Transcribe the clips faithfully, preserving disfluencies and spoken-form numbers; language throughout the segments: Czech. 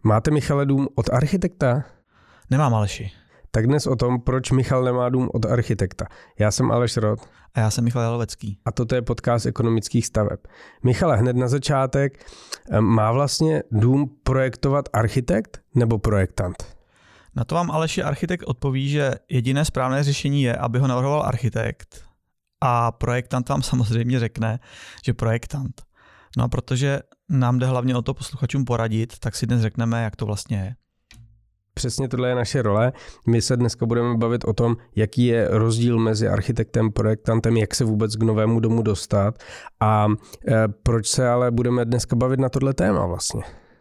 Máte, Michale, dům od architekta? Nemám, Aleši. Tak dnes o tom, proč Michal nemá dům od architekta. Já jsem Aleš Rod. A já jsem Michal Jalovecký. A toto je podcast ekonomických staveb. Michale, hned na začátek, má vlastně dům projektovat architekt nebo projektant? Na to vám, Aleši, architekt odpoví, že jediné správné řešení je, aby ho navrhoval architekt. A projektant vám samozřejmě řekne, že projektant. No a protože nám jde hlavně o to posluchačům poradit, tak si dnes řekneme, jak to vlastně je. Přesně tohle je naše role. My se dneska budeme bavit o tom, jaký je rozdíl mezi architektem a projektantem, jak se vůbec k novému domu dostat a e, proč se ale budeme dneska bavit na tohle téma vlastně.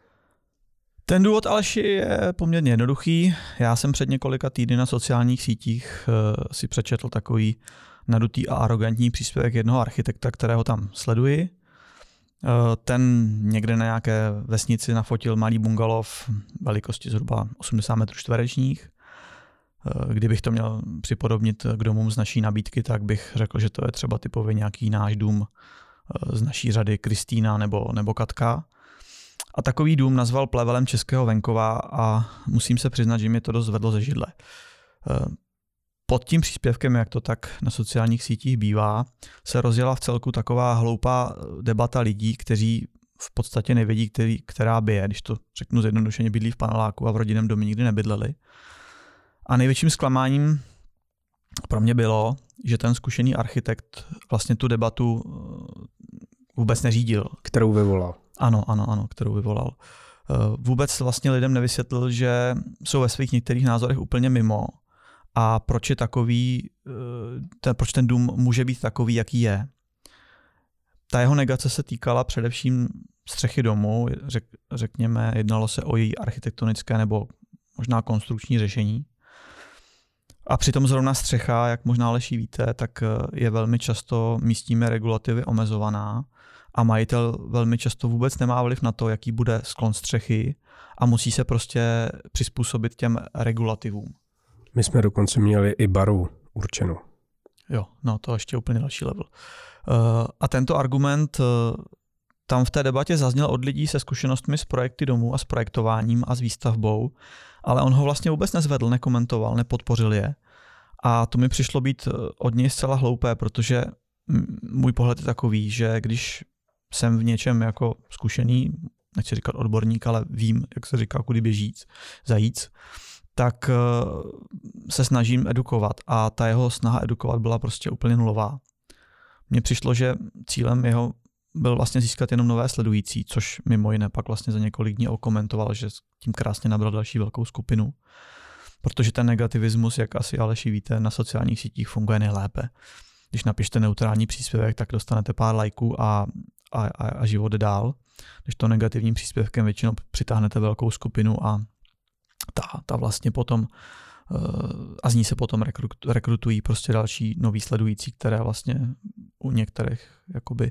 Ten důvod, Aleši, je poměrně jednoduchý. Já jsem před několika týdny na sociálních sítích e, si přečetl takový nadutý a arrogantní příspěvek jednoho architekta, kterého tam sleduji. Ten někde na nějaké vesnici nafotil malý bungalov velikosti zhruba osmdesát metrů čtverečních. Kdybych to měl připodobnit k domům z naší nabídky, tak bych řekl, že to je třeba typově nějaký náš dům z naší řady Kristýna nebo, nebo Katka. A takový dům nazval plevelem českého venkova a musím se přiznat, že mě to dost vedlo ze židle. Pod tím příspěvkem, jak to tak na sociálních sítích bývá, se rozjela v celku taková hloupá debata lidí, kteří v podstatě nevědí, který, která by je, když to řeknu zjednodušeně, bydlí v paneláku a v rodinném domě nikdy nebydleli. A největším zklamáním pro mě bylo, že ten zkušený architekt vlastně tu debatu vůbec neřídil. Kterou vyvolal. Ano, ano, ano, kterou vyvolal. Vůbec vlastně lidem nevysvětlil, že jsou ve svých některých názorech úplně mimo. A proč je takový, ten, proč ten dům může být takový, jaký je. Ta jeho negace se týkala především střechy domu, řek, řekněme, jednalo se o její architektonické nebo možná konstrukční řešení. A přitom zrovna střecha, jak možná, Aleši, víte, tak je velmi často místními regulativy omezovaná a majitel velmi často vůbec nemá vliv na to, jaký bude sklon střechy a musí se prostě přizpůsobit těm regulativům. My jsme dokonce měli i baru určenou. Jo, no to ještě úplně další level. Uh, a tento argument uh, tam v té debatě zazněl od lidí se zkušenostmi s projekty domů a s projektováním a s výstavbou, ale on ho vlastně vůbec nezvedl, nekomentoval, nepodpořil je. A to mi přišlo být od něj zcela hloupé, protože můj pohled je takový, že když jsem v něčem jako zkušený, nechci říkat odborník, ale vím, jak se říká, kudy běžíc, zajíc, tak se snažím edukovat a ta jeho snaha edukovat byla prostě úplně nulová. Mně přišlo, že cílem jeho byl vlastně získat jenom nové sledující, což mimo jiné pak vlastně za několik dní okomentoval, že tím krásně nabral další velkou skupinu. Protože ten negativismus, jak asi, Aleši, víte, na sociálních sítích funguje nejlépe. Když napíšete neutrální příspěvek, tak dostanete pár lajků a, a, a, a život jde dál. Když to negativním příspěvkem většinou přitáhnete velkou skupinu a Ta, ta vlastně potom a z ní se potom rekrutují prostě další noví sledující, které vlastně u některých jakoby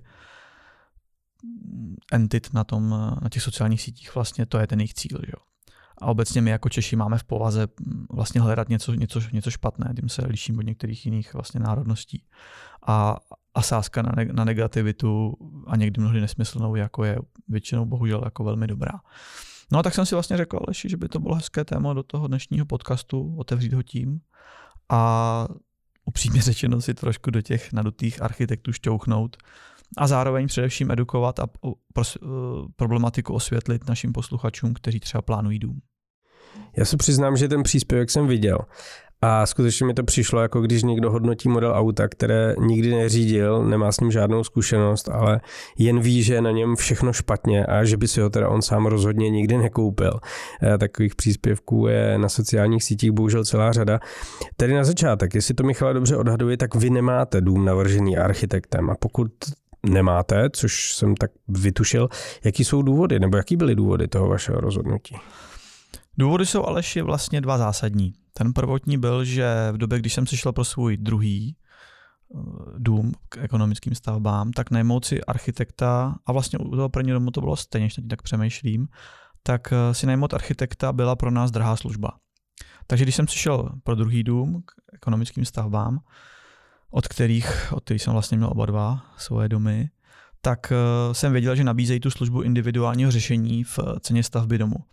entit na tom, na těch sociálních sítích vlastně to je ten jejich cíl, že jo. A obecně my jako Češi máme v povaze vlastně hledat něco, něco, něco špatné, tím se liším od některých jiných vlastně národností. A, a sázka na, ne, na negativitu a někdy mnohdy nesmyslnou jako je většinou bohužel jako velmi dobrá. No a tak jsem si vlastně řekl, Aleši, že by to bylo hezké téma do toho dnešního podcastu, otevřít ho tím a upřímně řečeno si trošku do těch nadutých architektů šťouchnout a zároveň především edukovat a problematiku osvětlit našim posluchačům, kteří třeba plánují dům. Já se přiznám, že ten příspěvek jsem viděl a skutečně mi to přišlo, jako když někdo hodnotí model auta, které nikdy neřídil, nemá s ním žádnou zkušenost, ale jen ví, že je na něm všechno špatně a že by si ho teda on sám rozhodně nikdy nekoupil. Takových příspěvků je na sociálních sítích bohužel celá řada. Tedy na začátek, jestli to, Michale, dobře odhaduje, tak vy nemáte dům navržený architektem a pokud nemáte, což jsem tak vytušil, jaký jsou důvody, nebo jaký byly důvody toho vašeho rozhodnutí? Důvody jsou, Aleši, vlastně dva zásadní. Ten prvotní byl, že v době, když jsem si šel pro svůj druhý dům k ekonomickým stavbám, tak najmout si architekta, a vlastně u toho prvního domu to bylo stejně, když tak přemýšlím, tak si najmout architekta byla pro nás drahá služba. Takže když jsem si šel pro druhý dům k ekonomickým stavbám, od kterých, od kterých jsem vlastně měl oba dva svoje domy, tak jsem věděl, že nabízejí tu službu individuálního řešení v ceně stavby domu.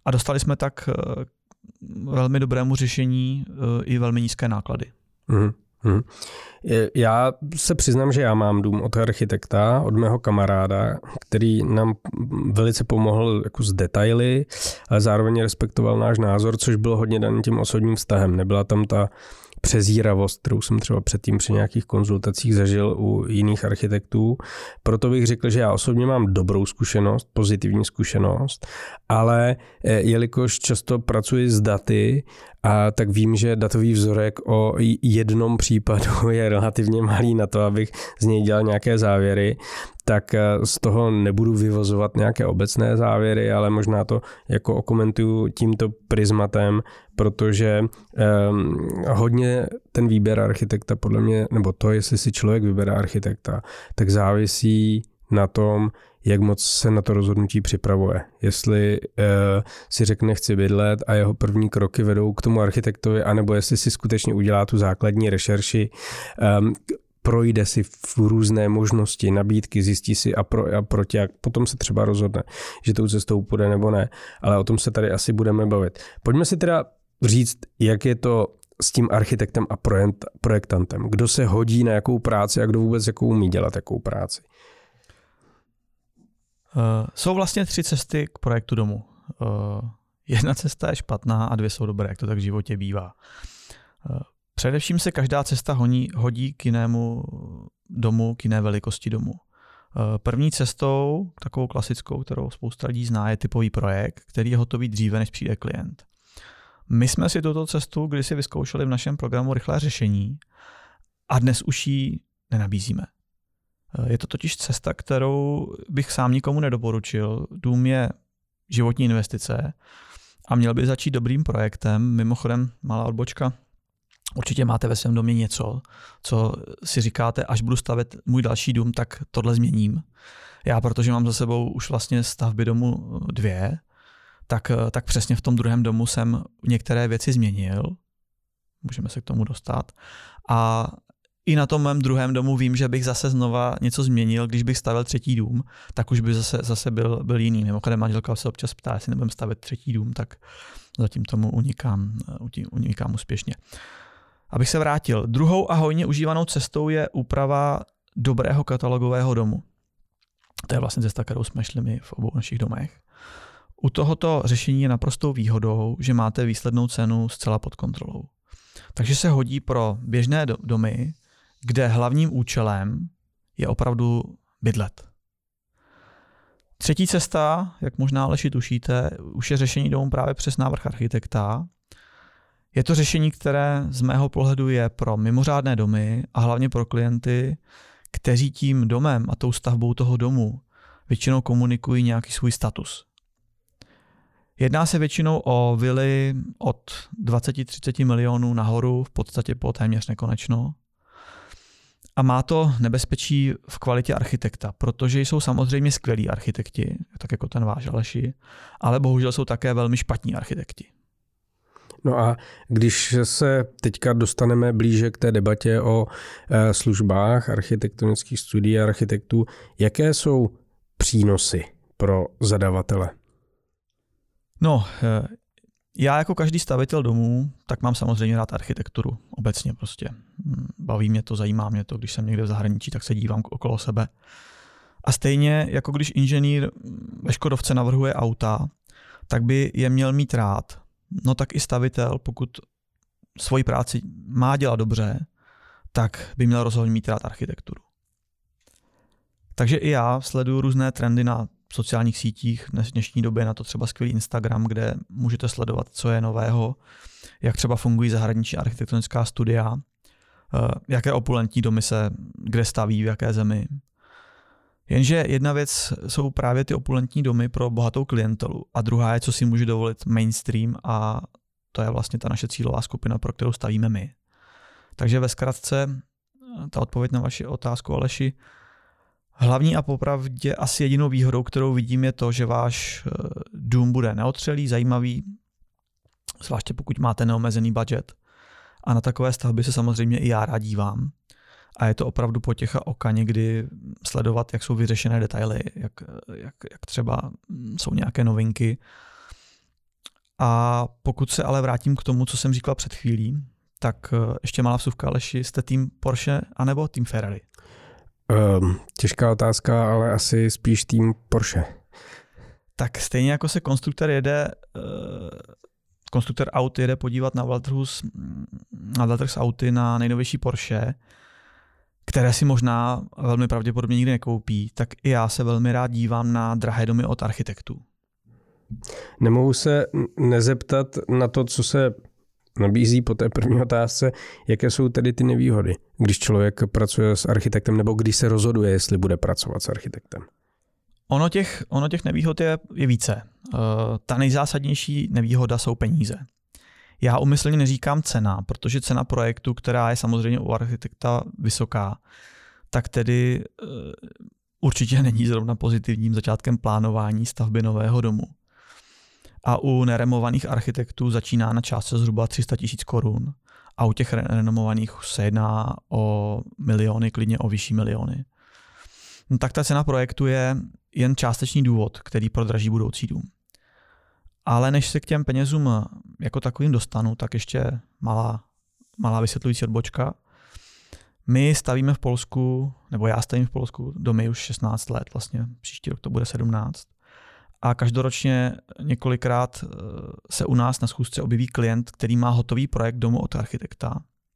A dostali jsme tak velmi dobrému řešení i velmi nízké náklady. Mm. Hmm. Já se přiznám, že já mám dům od architekta, od mého kamaráda, který nám velice pomohl jako s detaily, ale zároveň respektoval náš názor, což bylo hodně daný tím osobním vztahem. Nebyla tam ta přezíravost, kterou jsem třeba předtím při nějakých konzultacích zažil u jiných architektů. Proto bych řekl, že já osobně mám dobrou zkušenost, pozitivní zkušenost, ale jelikož často pracuji s daty, a tak vím, že datový vzorek o jednom případu je relativně malý na to, abych z něj dělal nějaké závěry, tak z toho nebudu vyvozovat nějaké obecné závěry, ale možná to jako okomentuju tímto prismatem, protože um, hodně ten výběr architekta podle mě, nebo to, jestli si člověk vybere architekta, tak závisí na tom, jak moc se na to rozhodnutí připravuje. Jestli uh, si řekne, chci bydlet a jeho první kroky vedou k tomu architektovi, anebo jestli si skutečně udělá tu základní rešerši, um, projde si v různé možnosti, nabídky, zjistí si a, pro, a proti, a potom se třeba rozhodne, že tou cestou půjde nebo ne. Ale o tom se tady asi budeme bavit. Pojďme si teda říct, jak je to s tím architektem a projektantem. Kdo se hodí na jakou práci a kdo vůbec jakou umí dělat jakou práci. Uh, jsou vlastně tři cesty k projektu domu. Uh, jedna cesta je špatná a dvě jsou dobré, jak to tak v životě bývá. Uh, především se každá cesta honí, hodí k jinému domu, k jiné velikosti domu. Uh, první cestou, takovou klasickou, kterou spousta lidí zná, je typový projekt, který je hotový dříve, než přijde klient. My jsme si tuto cestu kdysi vyzkoušeli v našem programu Rychlé řešení a dnes už ji nenabízíme. Je to totiž cesta, kterou bych sám nikomu nedoporučil. Dům je životní investice a měl by začít dobrým projektem. Mimochodem, malá odbočka, určitě máte ve svém domě něco, co si říkáte, až budu stavět můj další dům, tak tohle změním. Já, protože mám za sebou už vlastně stavby domu dvě, tak, tak přesně v tom druhém domu jsem některé věci změnil. Můžeme se k tomu dostat. A i na tom mém druhém domu vím, že bych zase znova něco změnil, když bych stavil třetí dům, tak už by zase, zase byl, byl jiný. Mimochodem manželka se občas ptá, jestli nebudem stavět třetí dům, tak zatím tomu unikám, unikám úspěšně. Abych se vrátil. Druhou a hojně užívanou cestou je úprava dobrého katalogového domu. To je vlastně cesta, kterou jsme šli my v obou našich domech. U tohoto řešení je naprostou výhodou, že máte výslednou cenu zcela pod kontrolou. Takže se hodí pro běžné domy, kde hlavním účelem je opravdu bydlet. Třetí cesta, jak možná Aleši tušíte, už je řešení domu právě přes návrh architekta. Je to řešení, které z mého pohledu je pro mimořádné domy a hlavně pro klienty, kteří tím domem a tou stavbou toho domu většinou komunikují nějaký svůj status. Jedná se většinou o vily od dvacet až třicet milionů nahoru, v podstatě po téměř nekonečno. A má to nebezpečí v kvalitě architekta, protože jsou samozřejmě skvělí architekti, tak jako ten váš Aleši, ale bohužel jsou také velmi špatní architekti. No a když se teďka dostaneme blíže k té debatě o e, službách architektonických studií a architektů, jaké jsou přínosy pro zadavatele? No, já jako každý stavitel domů, tak mám samozřejmě rád architekturu. Obecně prostě. Baví mě to, zajímá mě to, když jsem někde v zahraničí, tak se dívám okolo sebe. A stejně jako když inženýr ve Škodovce navrhuje auta, tak by je měl mít rád. No tak i stavitel, pokud svoji práci má dělat dobře, tak by měl rozhodně mít rád architekturu. Takže i já sleduju různé trendy na sociálních sítích, v dnešní době na to třeba skvělý Instagram, kde můžete sledovat, co je nového, jak třeba fungují zahraniční architektonická studia, jaké opulentní domy se kde staví, v jaké zemi. Jenže jedna věc jsou právě ty opulentní domy pro bohatou klientelu a druhá je, co si může dovolit mainstream a to je vlastně ta naše cílová skupina, pro kterou stavíme my. Takže ve zkratce ta odpověď na vaši otázku, Aleši, hlavní a popravdě asi jedinou výhodou, kterou vidím, je to, že váš dům bude neotřelý, zajímavý, zvláště pokud máte neomezený budget. A na takové stavby se samozřejmě i já rád dívám. A je to opravdu potěcha oka někdy sledovat, jak jsou vyřešené detaily, jak, jak, jak třeba jsou nějaké novinky. A pokud se ale vrátím k tomu, co jsem říkal před chvílí, tak ještě malá vsuvka, Aleši, jste tým Porsche anebo tým Ferrari? Um, těžká otázka, ale asi spíš tým Porsche. Tak stejně jako se konstruktor jede, konstruktor aut jede podívat na veletrhu s, na veletrh s auty na nejnovější Porsche, které si možná velmi pravděpodobně nikdy nekoupí, tak i já se velmi rád dívám na drahé domy od architektů. Nemohu se nezeptat na to, co se nabízí po té první otázce, jaké jsou tedy ty nevýhody, když člověk pracuje s architektem nebo když se rozhoduje, jestli bude pracovat s architektem. Ono těch, ono těch nevýhod je, je více. Uh, ta nejzásadnější nevýhoda jsou peníze. Já úmyslně neříkám cena, protože cena projektu, která je samozřejmě u architekta vysoká, tak tedy uh, určitě není zrovna pozitivním začátkem plánování stavby nového domu. A u neremovaných architektů začíná na částce zhruba tři sta tisíc korun a u těch renomovaných se jedná o miliony, klidně o vyšší miliony. No, tak ta cena projektu je jen částečný důvod, který prodraží budoucí dům. Ale než se k těm penězům jako takovým dostanu, tak ještě malá, malá vysvětlující odbočka. My stavíme v Polsku, nebo já stavím v Polsku domy už šestnáct let, vlastně příští rok to bude sedmnáct. A každoročně několikrát se u nás na schůzce objeví klient, který má hotový projekt domu od architekta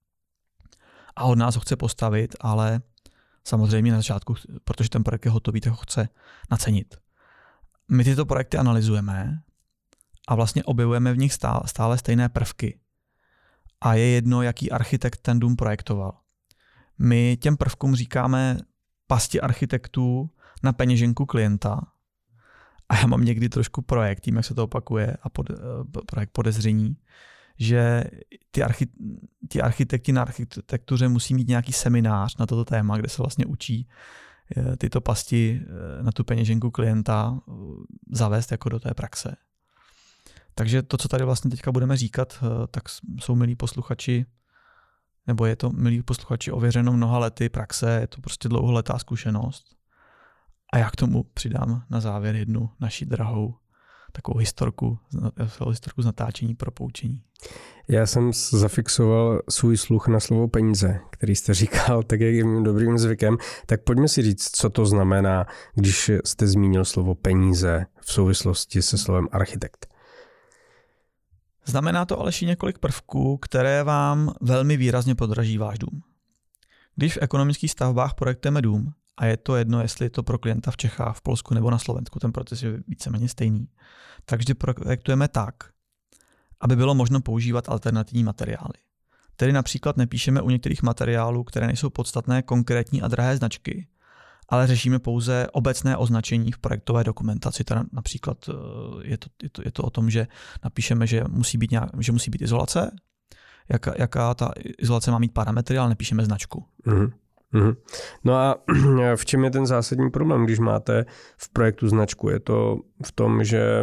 a od nás ho chce postavit, ale samozřejmě na začátku, protože ten projekt je hotový, tak ho chce nacenit. My tyto projekty analyzujeme a vlastně objevujeme v nich stále, stále stejné prvky. A je jedno, jaký architekt ten dům projektoval. My těm prvkům říkáme pasti architektů na peněženku klienta. A já mám někdy trošku projekt, tím, jak se to opakuje, a pod, projekt podezření, že ty, archi, ty architekti na architektuře musí mít nějaký seminář na toto téma, kde se vlastně učí tyto pasti na tu peněženku klienta zavést jako do té praxe. Takže to, co tady vlastně teďka budeme říkat, tak jsou milí posluchači, nebo je to milí posluchači ověřeno mnoha lety praxe, je to prostě dlouholetá zkušenost. A já k tomu přidám na závěr jednu naši drahou takovou historku, historku z natáčení pro poučení. Já jsem zafixoval svůj sluch na slovo peníze, který jste říkal, tak jak je mým dobrým zvykem. Tak pojďme si říct, co to znamená, když jste zmínil slovo peníze v souvislosti se slovem architekt. Znamená to Aleši několik prvků, které vám velmi výrazně podraží váš dům. Když v ekonomických stavbách projektujeme dům, a je to jedno, jestli je to pro klienta v Čechách, v Polsku nebo na Slovensku, ten proces je víceméně stejný, takže projektujeme tak, aby bylo možno používat alternativní materiály. Tedy například nepíšeme u některých materiálů, které nejsou podstatné, konkrétní a drahé značky, ale řešíme pouze obecné označení v projektové dokumentaci. Teda například je to, je to, je to o tom, že napíšeme, že musí být, nějak, že musí být izolace, jaká, jaká ta izolace má mít parametry, ale nepíšeme značku. Mm-hmm. Mm-hmm. No a v čem je ten zásadní problém, když máte v projektu značku? Je to v tom, že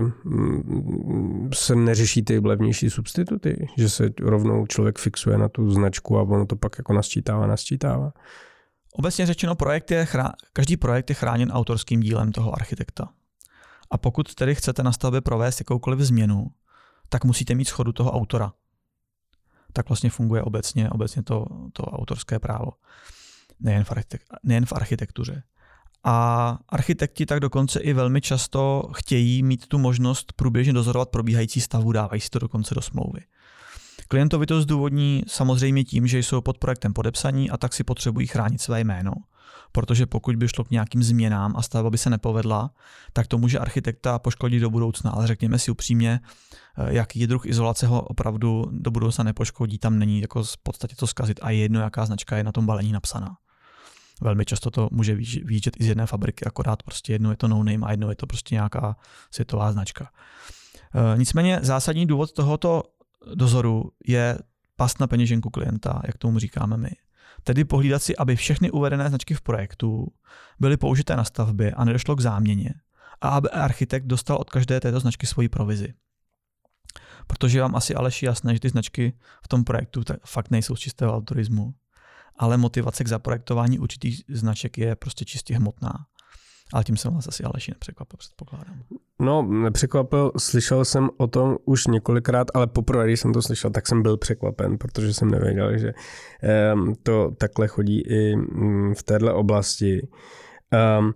se neřeší ty levnější substituty? Že se rovnou člověk fixuje na tu značku a ono to pak jako nasčítává, nasčítává? Obecně řečeno, projekt je chrá... každý projekt je chráněn autorským dílem toho architekta. A pokud tedy chcete na stavbě provést jakoukoliv změnu, tak musíte mít shodu toho autora. Tak vlastně funguje obecně, obecně to, to autorské právo. Nejen v, architek- nejen v architektuře. A architekti tak dokonce i velmi často chtějí mít tu možnost průběžně dozorovat probíhající stavbu, dávají si to dokonce do smlouvy. Klientovi to zdůvodní samozřejmě tím, že jsou pod projektem podepsaní a tak si potřebují chránit své jméno. Protože pokud by šlo k nějakým změnám a stavba by se nepovedla, tak to může architekta poškodit do budoucna. Ale řekněme si upřímně, jaký druh izolace ho opravdu do budoucna nepoškodí, tam není jako v podstatě to zkazit a je jedno, jaká značka je na tom balení napsaná. Velmi často to může výjíždět i z jedné fabriky, akorát prostě jedno je to no name a jedno je to prostě nějaká světová značka. Nicméně zásadní důvod tohoto dozoru je past na peněženku klienta, jak tomu říkáme my. Tedy pohlídat si, aby všechny uvedené značky v projektu byly použité na stavbě a nedošlo k záměně a aby architekt dostal od každé této značky svoji provizi. Protože vám asi Aleši jasné, že ty značky v tom projektu fakt nejsou z čistého autorismu, ale motivace k zaprojektování určitých značek je prostě čistě hmotná. Ale tím jsem vás asi Aleši nepřekvapil, předpokládám. No, nepřekvapil, slyšel jsem o tom už několikrát, ale poprvé, když jsem to slyšel, tak jsem byl překvapen, protože jsem nevěděl, že um, to takhle chodí i um, v téhle oblasti. Um,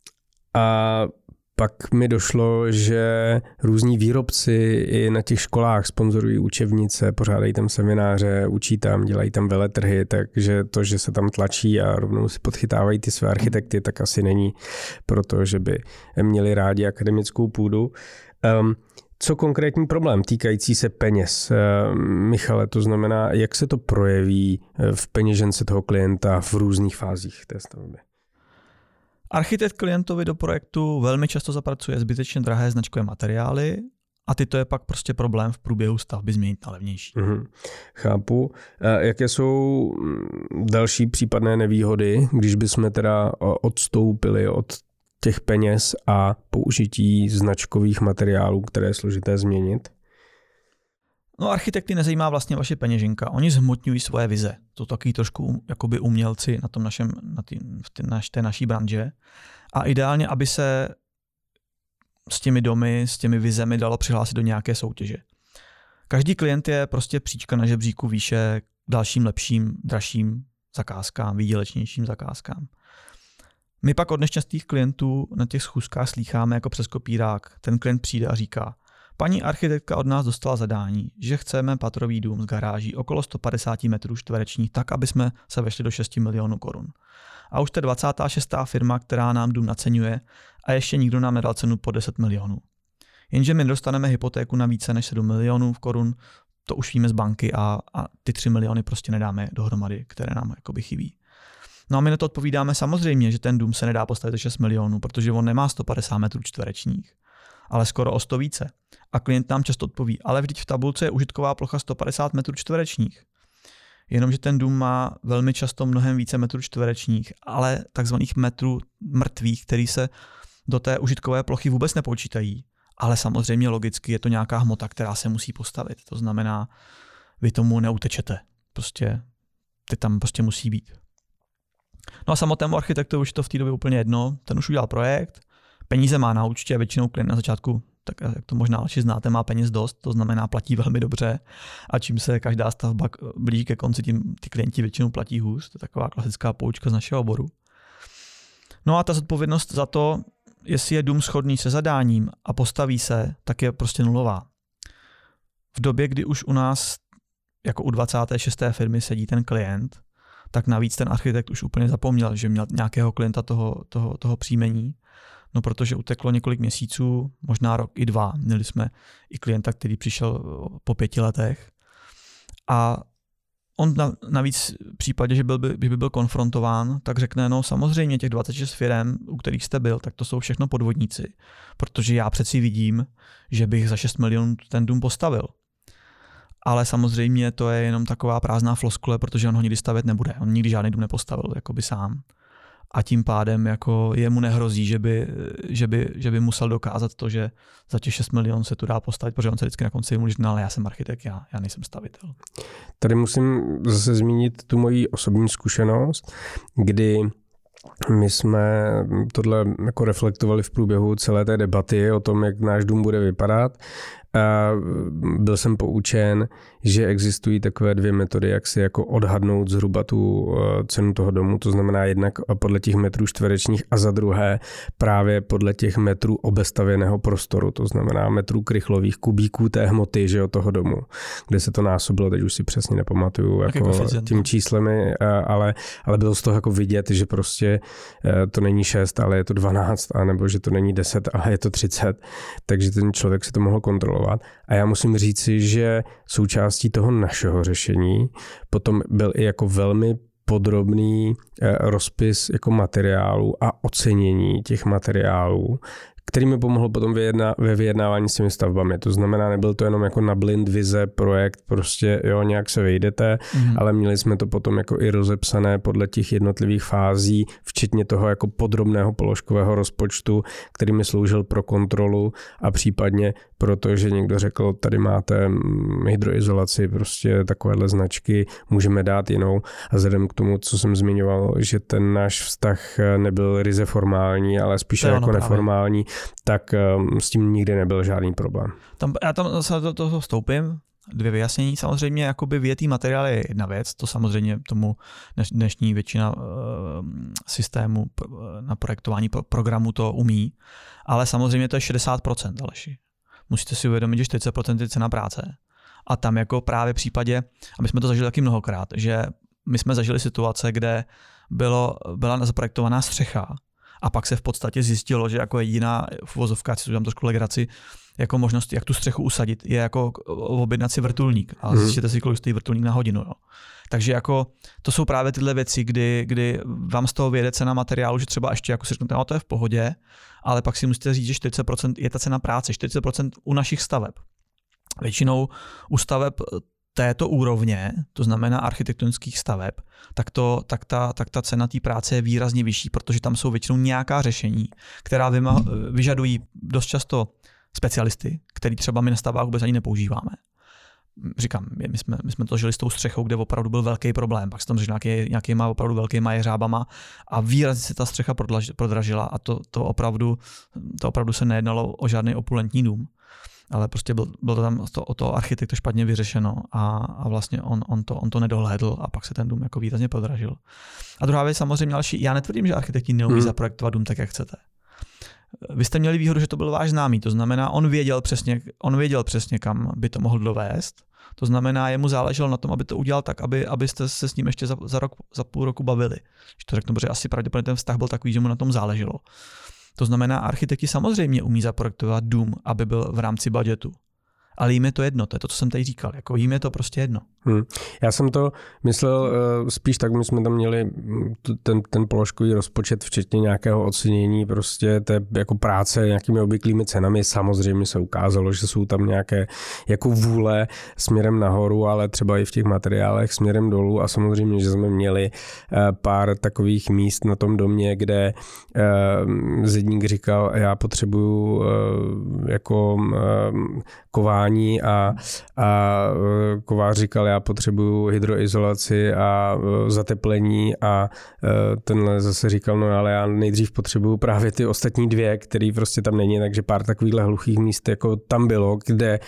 a pak mi došlo, že různí výrobci i na těch školách sponzorují učebnice, pořádají tam semináře, učí tam, dělají tam veletrhy, takže to, že se tam tlačí a rovnou si podchytávají ty své architekty, tak asi není proto, že by měli rádi akademickou půdu. Um, co konkrétní problém týkající se peněz? Um, Michale, to znamená, jak se to projeví v peněžence toho klienta v různých fázích té stavby? Architekt klientovi do projektu velmi často zapracuje zbytečně drahé značkové materiály a tyto je pak prostě problém v průběhu stavby změnit na levnější. Mm-hmm. Chápu. Jaké jsou další případné nevýhody, když bychom teda odstoupili od těch peněz a použití značkových materiálů, které je složité změnit? No, architekty nezajímá vlastně vaše peněženka. Oni zhmotňují svoje vize. To taky trošku jakoby umělci na tom našem, na tý, v té, naš, té naší branže. A ideálně, aby se s těmi domy, s těmi vizemi dalo přihlásit do nějaké soutěže. Každý klient je prostě příčka na žebříku výše k dalším lepším, dražším zakázkám, výdělečnějším zakázkám. My pak od nešťastných klientů na těch schůzkách slýcháme jako přes kopírák. Ten klient přijde a říká: paní architektka od nás dostala zadání, že chceme patrový dům s garáží okolo sto padesát metrů čtverečních, tak, aby jsme se vešli do šesti milionů korun. A už to je dvacátá šestá firma, která nám dům naceňuje a ještě nikdo nám nedal cenu po deset milionů. Jenže my dostaneme hypotéku na více než sedm milionů korun, to už víme z banky a, a ty tři miliony prostě nedáme dohromady, které nám jakoby chybí. No a my na to odpovídáme samozřejmě, že ten dům se nedá postavit za šest milionů, protože on nemá sto padesát metrů čtverečních, ale skoro o sto více. A klient nám často odpoví: ale vždyť v tabulce je užitková plocha sto padesát metrů čtverečních. Jenomže ten dům má velmi často mnohem více metrů čtverečních, ale takzvaných metrů mrtvých, který se do té užitkové plochy vůbec nepočítají. Ale samozřejmě logicky je to nějaká hmota, která se musí postavit. To znamená, vy tomu neutečete. Prostě ty tam prostě musí být. No a samotnému architektu už je to v té době úplně jedno. Ten už udělal projekt, peníze má na účtě, většinou klient na začátku, tak jak to možná lepší znáte, má peněz dost, to znamená platí velmi dobře a čím se každá stavba blíží ke konci, tím ty klienti většinou platí hůř. To je taková klasická poučka z našeho oboru. No a ta zodpovědnost za to, jestli je dům shodný se zadáním a postaví se, tak je prostě nulová. V době, kdy už u nás jako u dvacáté šesté firmy sedí ten klient, tak navíc ten architekt už úplně zapomněl, že měl nějakého klienta toho, toho, toho příjmení. No protože uteklo několik měsíců, možná rok i dva. Měli jsme i klienta, který přišel po pěti letech. A on navíc v případě, že byl, by, by byl konfrontován, tak řekne: no samozřejmě těch dvacet šest firem, u kterých jste byl, tak to jsou všechno podvodníci. Protože já přeci vidím, že bych za šest milionů ten dům postavil. Ale samozřejmě to je jenom taková prázdná floskule, protože on ho nikdy stavět nebude. On nikdy žádný dům nepostavil, jakoby sám. A tím pádem jako jemu nehrozí, že by, že, by, že by musel dokázat to, že za těch šest milionů se tu dá postavit, protože on se vždycky na konci mluví: no ale já jsem architekt, já, já nejsem stavitel. Tady musím zase zmínit tu moji osobní zkušenost, kdy my jsme tohle jako reflektovali v průběhu celé té debaty o tom, jak náš dům bude vypadat. A byl jsem poučen, že existují takové dvě metody, jak si jako odhadnout zhruba tu cenu toho domu, to znamená jednak podle těch metrů čtverečních a za druhé právě podle těch metrů obestavěného prostoru, to znamená metrů krychlových, kubíků té hmoty, že jo, toho domu, kde se to násobilo, teď už si přesně nepamatuju jako tím číslem, ale, ale bylo z toho jako vidět, že prostě to není šest, ale je to dvanáct, anebo že to není deset, ale je to třicet, takže ten člověk si to mohl kontrolovat. A já musím říci, že součástí toho našeho řešení potom byl i jako velmi podrobný rozpis jako materiálů a ocenění těch materiálů, který mi pomohl potom vyjedna, ve vyjednávání s těmi stavbami. To znamená, nebyl to jenom jako na blind vize projekt, prostě jo, nějak se vejdete, mm. ale měli jsme to potom jako i rozepsané podle těch jednotlivých fází, včetně toho jako podrobného položkového rozpočtu, který mi sloužil pro kontrolu a případně protože někdo řekl, tady máte hydroizolaci, prostě takovéhle značky, můžeme dát jinou. A vzhledem k tomu, co jsem zmiňoval, že ten náš vztah nebyl ryze formální, ale spíše jako neformální, tak s tím nikdy nebyl žádný problém. Tam, já tam se do toho vstoupím. Dvě vyjasnění. Samozřejmě jakoby vyjetý materiál je jedna věc, to samozřejmě tomu dnešní většina uh, systému na projektování programu to umí, ale samozřejmě to je šedesát procent, Aleši. Musíte si uvědomit, že čtyřicet procent je cena práce. A tam jako právě v případě, a my jsme to zažili taky mnohokrát, že my jsme zažili situace, kde bylo, byla zaprojektovaná střecha a pak se v podstatě zjistilo, že jako jediná v uvozovkách, si udělám trošku legraci, jako možnost, jak tu střechu usadit, je jako objednat si vrtulník. A hmm. zjistíte si, kolik stojí vrtulník na hodinu. Jo. Takže jako to jsou právě tyhle věci, kdy, kdy vám z toho vyjede cena materiálu, že třeba ještě jako si řeknete, no to je v pohodě, ale pak si musíte říct, že čtyřicet procent je ta cena práce, čtyřicet procent u našich staveb. Většinou u staveb této úrovně, to znamená architektonických staveb, tak, to, tak, ta, tak ta cena té práce je výrazně vyšší, protože tam jsou většinou nějaká řešení, která vyma, vyžadují dost často specialisty, který třeba my na stavbách vůbec ani nepoužíváme. Říkám, my jsme, my jsme to žili s tou střechou, kde opravdu byl velký problém, pak se tam nějaký, nějakýma opravdu velkýma jeřábama a výrazně se ta střecha prodražila a to, to, opravdu, to opravdu se nejednalo o žádný opulentní dům. Ale prostě byl, byl to tam to, o to architekt to špatně vyřešeno a, a vlastně on, on, to, on to nedohlédl a pak se ten dům jako výrazně prodražil. A druhá věc samozřejmě další, já netvrdím, že architekti neumí hmm. zaprojektovat dům tak, jak chcete. Vy jste měli výhodu, že to byl váš známý, to znamená, on věděl přesně, on věděl přesně, kam by to mohl dovést. To znamená, jemu záleželo na tom, aby to udělal tak, aby, abyste se s ním ještě za, za, rok, za půl roku bavili. Když to řeknu, protože asi pravděpodobně ten vztah byl takový, že mu na tom záleželo. To znamená, architekti samozřejmě umí zaprojektovat dům, aby byl v rámci budgetu. Ale jim je to jedno, to je to, co jsem tady říkal. Jako jim je to prostě jedno. Hmm. Já jsem to myslel uh, spíš tak, my jsme tam měli ten, ten položkový rozpočet, včetně nějakého ocenění prostě té jako práce nějakými obvyklými cenami. Samozřejmě se ukázalo, že jsou tam nějaké jako vůle směrem nahoru, ale třeba i v těch materiálech směrem dolů. A samozřejmě, že jsme měli uh, pár takových míst na tom domě, kde uh, zedník říkal, já potřebuju uh, jako uh, kování a, a kovář říkal, já potřebuju hydroizolaci a zateplení a tenhle zase říkal, no ale já nejdřív potřebuju právě ty ostatní dvě, který prostě tam není, takže pár takovýchhle hluchých míst jako tam bylo, kde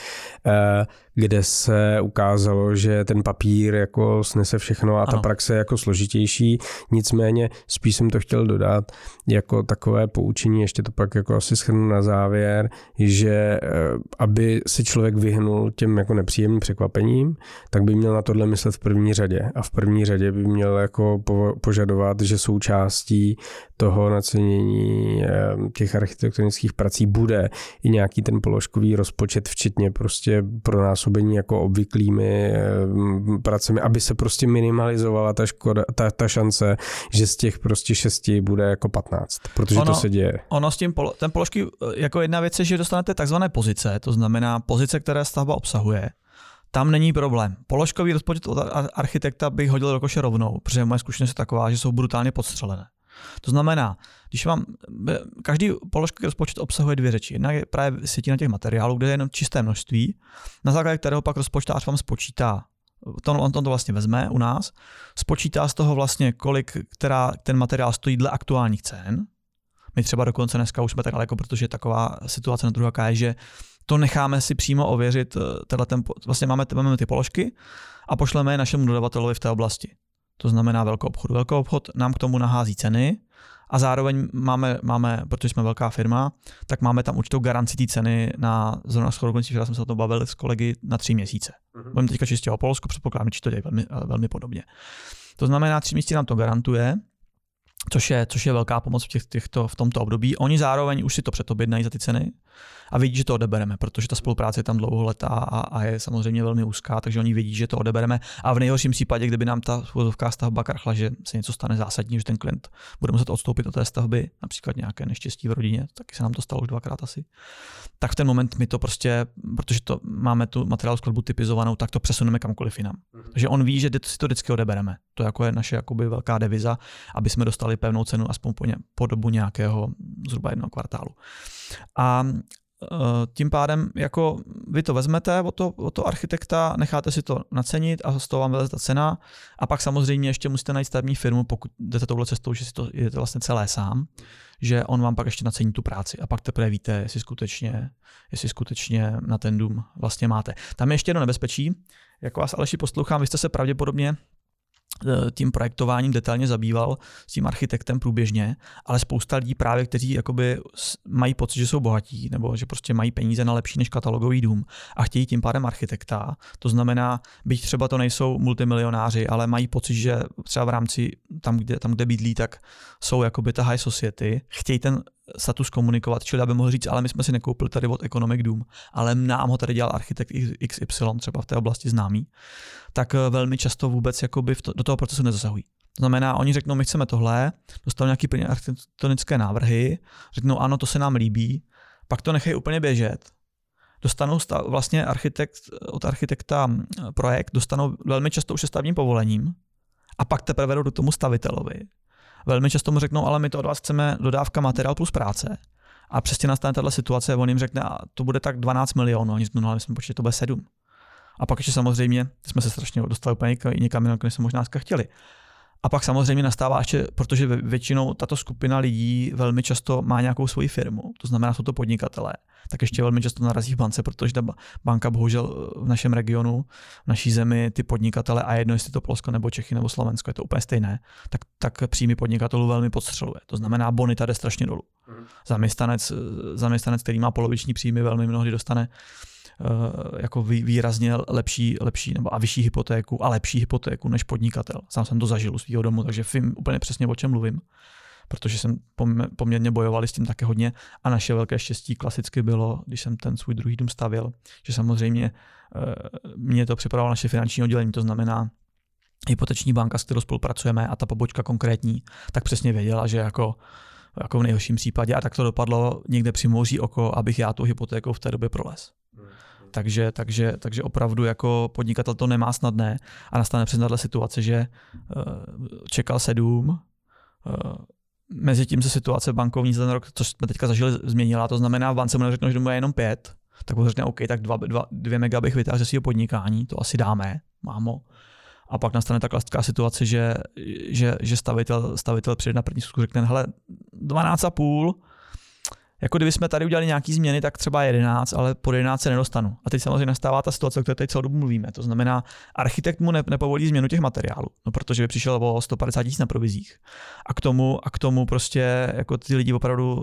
kde se ukázalo, že ten papír jako snese všechno a ta ano. praxe je jako složitější. Nicméně spíš jsem to chtěl dodat jako takové poučení, ještě to pak jako asi shrnu na závěr, že aby se člověk vyhnul těm jako nepříjemným překvapením, tak by měl na tohle myslet v první řadě. A v první řadě by měl jako požadovat, že součástí toho nacenění těch architektonických prací bude i nějaký ten položkový rozpočet, včetně prostě pro nás jako obvyklými pracemi, aby se prostě minimalizovala ta, škoda, ta, ta šance, že z těch prostě šesti bude jako patnáct, protože ono, to se děje. Ono s tím, ten položky, jako jedna věc je, že dostanete takzvané pozice, to znamená pozice, které stavba obsahuje, tam není problém. Položkový rozpočet od architekta bych hodil do koše rovnou, protože moje zkušenost je taková, že jsou brutálně podstřelené. To znamená, když vám každý položkový rozpočet obsahuje dvě řeči. Jedna je právě sjetina těch materiálů, kde je jenom čisté množství, na základě kterého pak rozpočtář vám spočítá, to, on to vlastně vezme u nás, spočítá z toho vlastně, kolik která, ten materiál stojí dle aktuálních cen. My třeba dokonce dneska už jsme tak daleko, protože taková situace na trhu je, že to necháme si přímo ověřit, ten, vlastně máme, máme ty položky a pošleme je našemu dodavatelovi v té oblasti. To znamená velkou obchodu. Velkou obchod nám k tomu nahází ceny a zároveň máme, máme, protože jsme velká firma, tak máme tam určitou garanci té ceny na zrovna shodou okolností, včera jsme se o tom bavili s kolegy na tři měsíce. Mm-hmm. Budeme teďka čistě o Polsku, předpokládám, že to děje velmi, velmi podobně. To znamená, tři měsíce nám to garantuje, což je, což je velká pomoc v, těch, těchto, v tomto období. Oni zároveň už si to předobjednají za ty ceny a vidí, že to odebereme, protože ta spolupráce je tam dlouholetá a, a je samozřejmě velmi úzká, takže oni vidí, že to odebereme. A v nejhorším případě, kdyby nám ta vozovká stavba krachla, že se něco stane zásadní, že ten klient bude muset odstoupit od té stavby, například nějaké neštěstí v rodině, taky se nám to stalo už dvakrát asi, tak v ten moment my to prostě, protože to máme tu materiál skladbu typizovanou, tak to přesuneme kamkoliv jinam. Takže on ví, že si to vždycky odebereme. To jako je naše jakoby velká deviza, aby jsme dostali pevnou cenu aspoň po, ně, po dobu nějakého zhruba jednoho kvartálu. A tím pádem jako vy to vezmete od to, od to architekta, necháte si to nacenit a z toho vám vyleze ta cena a pak samozřejmě ještě musíte najít stavební firmu, pokud jdete touhle cestou, že si to jdete vlastně celé sám, že on vám pak ještě nacení tu práci a pak teprve víte, jestli skutečně, jestli skutečně na ten dům vlastně máte. Tam je ještě jedno nebezpečí, jako vás Aleši poslouchám, vy jste se pravděpodobně tím projektováním detailně zabýval s tím architektem průběžně, ale spousta lidí právě, kteří jakoby mají pocit, že jsou bohatí nebo že prostě mají peníze na lepší než katalogový dům a chtějí tím pádem architekta. To znamená, byť třeba to nejsou multimilionáři, ale mají pocit, že třeba v rámci tam, kde, tam, kde bydlí, tak jsou jakoby ta high society, chtějí ten status komunikovat, čili aby mohl říct, ale my jsme si nekoupili tady od Economic Dům, ale nám ho tady dělal architekt X Y, třeba v té oblasti známý, tak velmi často vůbec jakoby to, do toho procesu nezasahují. To znamená, oni řeknou, my chceme tohle, dostanou nějaké první architektonické návrhy, řeknou, ano, to se nám líbí, pak to nechají úplně běžet, dostanou stav, vlastně architekt, od architekta projekt, dostanou velmi často už se stavním povolením a pak teprve vedou do tomu stavitelovi. Velmi často mu řeknou, ale my to od vás chceme dodávka materiál plus práce. A přesně nastane tato situace, on jim řekne, a to bude tak dvanáct milionů, a oni řeknou, no ale my jsme počítali, to bude sedm. A pak ještě samozřejmě, jsme se strašně dostali úplně někam, než jsme možná chtěli. A pak samozřejmě nastává ještě, protože většinou tato skupina lidí velmi často má nějakou svoji firmu, to znamená, jsou to podnikatelé, tak ještě velmi často narazí v bance, protože ta banka bohužel v našem regionu, v naší zemi, ty podnikatele, a jedno jestli to Polsko nebo Čechy nebo Slovensko, je to úplně stejné, tak, tak příjmy podnikatelů velmi podstřeluje. To znamená, bonita jde strašně dolů. Mm. Zaměstnanec, zaměstnanec, který má poloviční příjmy, velmi mnohdy dostane jako výrazně lepší, lepší nebo a vyšší hypotéku a lepší hypotéku než podnikatel. Sám jsem to zažil u svého domu, takže vím úplně přesně, o čem mluvím, protože jsem poměrně bojovali s tím také hodně a naše velké štěstí klasicky bylo, když jsem ten svůj druhý dům stavěl, že samozřejmě mě to připravovalo naše finanční oddělení, to znamená hypoteční banka, s kterou spolupracujeme a ta pobočka konkrétní, tak přesně věděla, že jako jako v nejhorším případě a tak to dopadlo někde při moří oko, abych já tu hypotéku v té době prolez. Takže, takže, takže opravdu jako podnikatel to nemá snadné a nastane přesně tato situace, že uh, čekal sedm, uh, mezi tím se situace bankovní za ten rok, což jsme teďka zažili, změnila, to znamená v bance mu neřeknou, že domů je jenom pět, tak mu řekne, OK, tak dva, dva, dvě mega bych vytáhl ze svého podnikání, to asi dáme, mámo. A pak nastane ta klasická situace, že, že, že stavitel, stavitel přijde na první schůzku, řekne, hele, dvanáct a půl, jako kdyby jsme tady udělali nějaký změny, tak třeba jedenáct, ale pod jedenáct se nedostanu. A teď samozřejmě nastává ta situace, o které teď celou dobu mluvíme. To znamená, architekt mu ne, nepovolí změnu těch materiálů, no, protože by přišel o sto padesát tisíc na provizích. A k tomu, a k tomu prostě jako ty lidi opravdu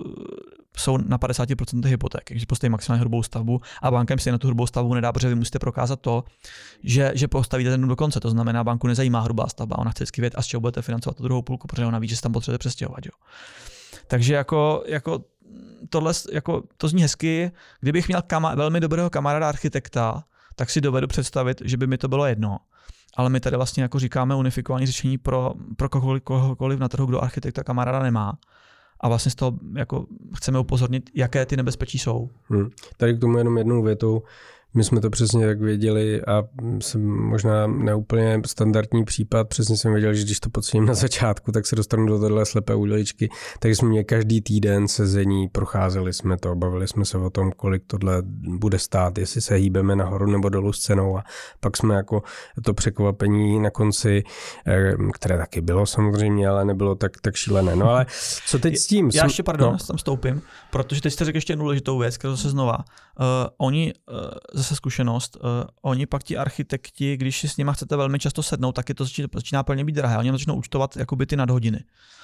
jsou na padesát procent hypoték, takže postaví maximálně hrubou stavbu a banka jim se na tu hrubou stavbu nedá, protože vy musíte prokázat to, že, že postavíte ten dům do konce. To znamená, banku nezajímá hrubá stavba, ona chce vždycky vědět, a z čeho budete financovat tu druhou půlku, protože ona ví, že se tam potřebujete přestěhovat. Jo. Takže jako, jako tohle jako, to zní hezky. Kdybych měl kama, velmi dobrého kamaráda architekta, tak si dovedu představit, že by mi to bylo jedno. Ale my tady vlastně jako říkáme unifikované řešení pro, pro kohokoliv, kohokoliv na trhu, kdo architekta kamaráda nemá. A vlastně z toho jako chceme upozornit, jaké ty nebezpečí jsou. Hmm. Tady k tomu jenom jednou větou. My jsme to přesně tak věděli a jsem možná neúplně standardní případ, přesně jsem věděl, že když to podcením na začátku, tak se dostanu do téhle slepé uličky. Takže jsme měli každý týden sezení, procházeli jsme to, bavili jsme se o tom, kolik tohle bude stát, jestli se hýbeme nahoru nebo dolů s cenou a pak jsme jako to překvapení na konci, které taky bylo samozřejmě, ale nebylo tak, tak šílené. No ale co teď s tím? Já ještě, pardon, no. tam stoupím, protože teď jste řekl ještě jednu důležitou věc, kterou se znova. Uh, oni uh, zase zkušenost, uh, oni pak ti architekti, když si s nimi chcete velmi často sednout, tak je to začíná, začíná plně být drahé. Oni začnou účtovat jakoby ty nadhodiny.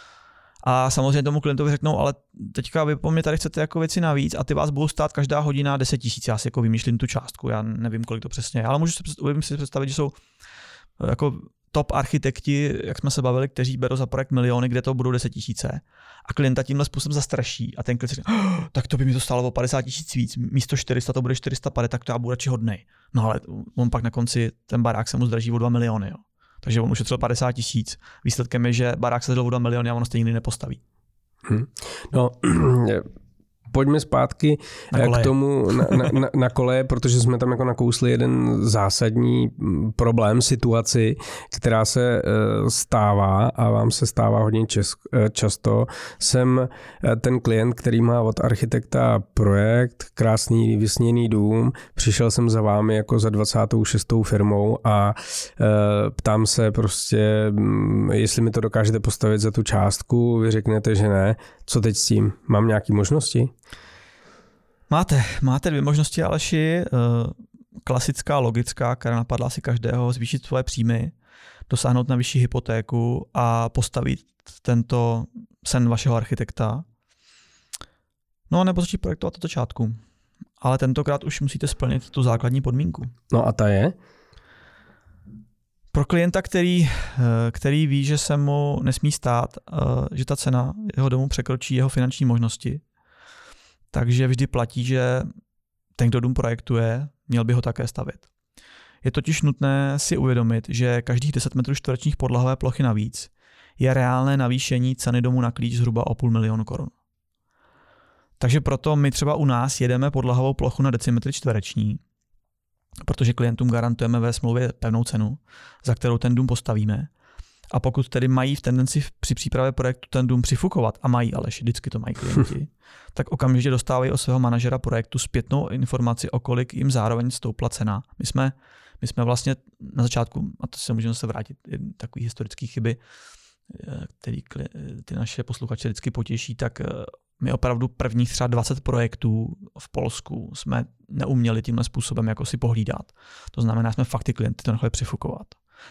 A samozřejmě tomu klientovi řeknou, ale teďka vy po mně tady chcete jako věci navíc a ty vás budou stát každá hodina deset tisíc. Já si jako vymýšlím tu částku, já nevím, kolik to přesně je, ale můžu si, si představit, že jsou jako top architekti, jak jsme se bavili, kteří berou za projekt miliony, kde to budou deset tisíce. A klienta tímhle způsobem zastraší a ten klient řekne, oh, tak to by mi to stálo o padesát tisíc víc, místo čtyři sta to bude čtyři sta padesát, tak to já budu radši hodnej. No ale on pak na konci, ten barák se mu zdraží o dva miliony. Jo. Takže on ušetřil padesát tisíc. Výsledkem je, že barák se zdražil o dva miliony a ono stejně nikdy nepostaví. Hmm. No, pojďme zpátky na k tomu na, na, na, na koleje, protože jsme tam jako nakousli jeden zásadní problém, situaci, která se stává a vám se stává hodně čes, často. Jsem ten klient, který má od architekta projekt, krásný vysněný dům, přišel jsem za vámi jako za dvacátou šestou firmou a ptám se prostě, jestli mi to dokážete postavit za tu částku, vy řeknete, že ne. Co teď s tím? Mám nějaké možnosti? Máte, máte dvě možnosti, Aleši. Klasická, logická, která napadla si každého, zvýšit svoje příjmy, dosáhnout na vyšší hypotéku a postavit tento sen vašeho architekta. No nebo začít projektovat od začátku. Ale tentokrát už musíte splnit tu základní podmínku. No a ta je? Pro klienta, který, který ví, že se mu nesmí stát, že ta cena jeho domu překročí jeho finanční možnosti, takže vždy platí, že ten, kdo dům projektuje, měl by ho také stavět. Je totiž nutné si uvědomit, že každých deset metrů čtverečních podlahové plochy navíc je reálné navýšení ceny domu na klíč zhruba o půl milionu korun. Takže proto my třeba u nás jedeme podlahovou plochu na decimetry čtvereční, protože klientům garantujeme ve smlouvě pevnou cenu, za kterou ten dům postavíme. A pokud tedy mají v tendenci při přípravě projektu ten dům přifukovat, a mají, ale vždycky to mají klienti, tak okamžitě dostávají od svého manažera projektu zpětnou informaci, o kolik jim zároveň stoupla cena. My jsme, my jsme vlastně na začátku, a to se můžeme se vrátit, takový historický chyby, který ty naše posluchače vždycky potěší, tak my opravdu prvních třeba dvacet projektů v Polsku jsme neuměli tímhle způsobem jako si pohlídat. To znamená, jsme fakt ty klienty to nechali přifukovat.